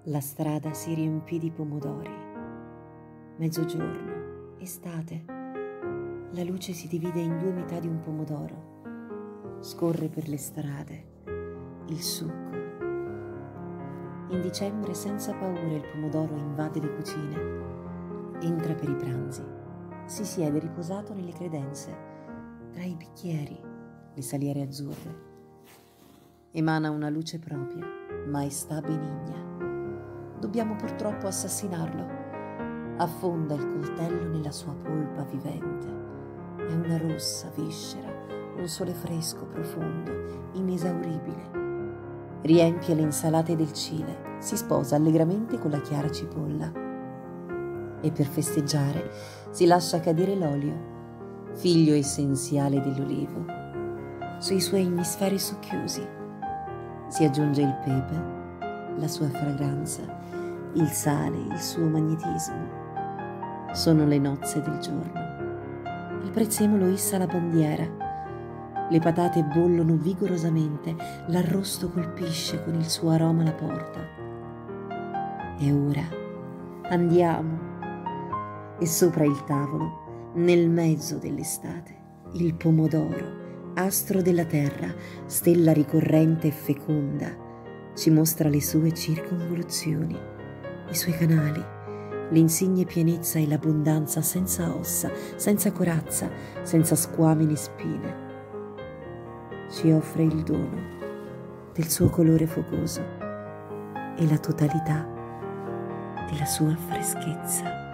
La strada si riempì di pomodori. Mezzogiorno, estate. La luce si divide in due metà di un pomodoro. Scorre per le strade, il succo. In dicembre, senza paura, il pomodoro invade le cucine. Entra per i pranzi. Si siede riposato nelle credenze, tra i bicchieri, le saliere azzurre. Emana una luce propria, maestà benigna. Dobbiamo purtroppo assassinarlo. Affonda il coltello nella sua polpa vivente. È una rossa viscera, un sole fresco, profondo, inesauribile. Riempie le insalate del Cile, si sposa allegramente con la chiara cipolla. E per festeggiare si lascia cadere l'olio, figlio essenziale dell'olivo, sui suoi emisferi socchiusi. Si aggiunge il pepe, la sua fragranza, il sale, il suo magnetismo. Sono le nozze del giorno. Il prezzemolo issa la bandiera. Le patate bollono vigorosamente, l'arrosto colpisce con il suo aroma la porta. E ora andiamo. E sopra il tavolo, nel mezzo dell'estate, il pomodoro, astro della terra, stella ricorrente e feconda, ci mostra le sue circonvoluzioni, i suoi canali, l'insigne pienezza e l'abbondanza senza ossa, senza corazza, senza squame né spine. Ci offre il dono del suo colore focoso e la totalità della sua freschezza.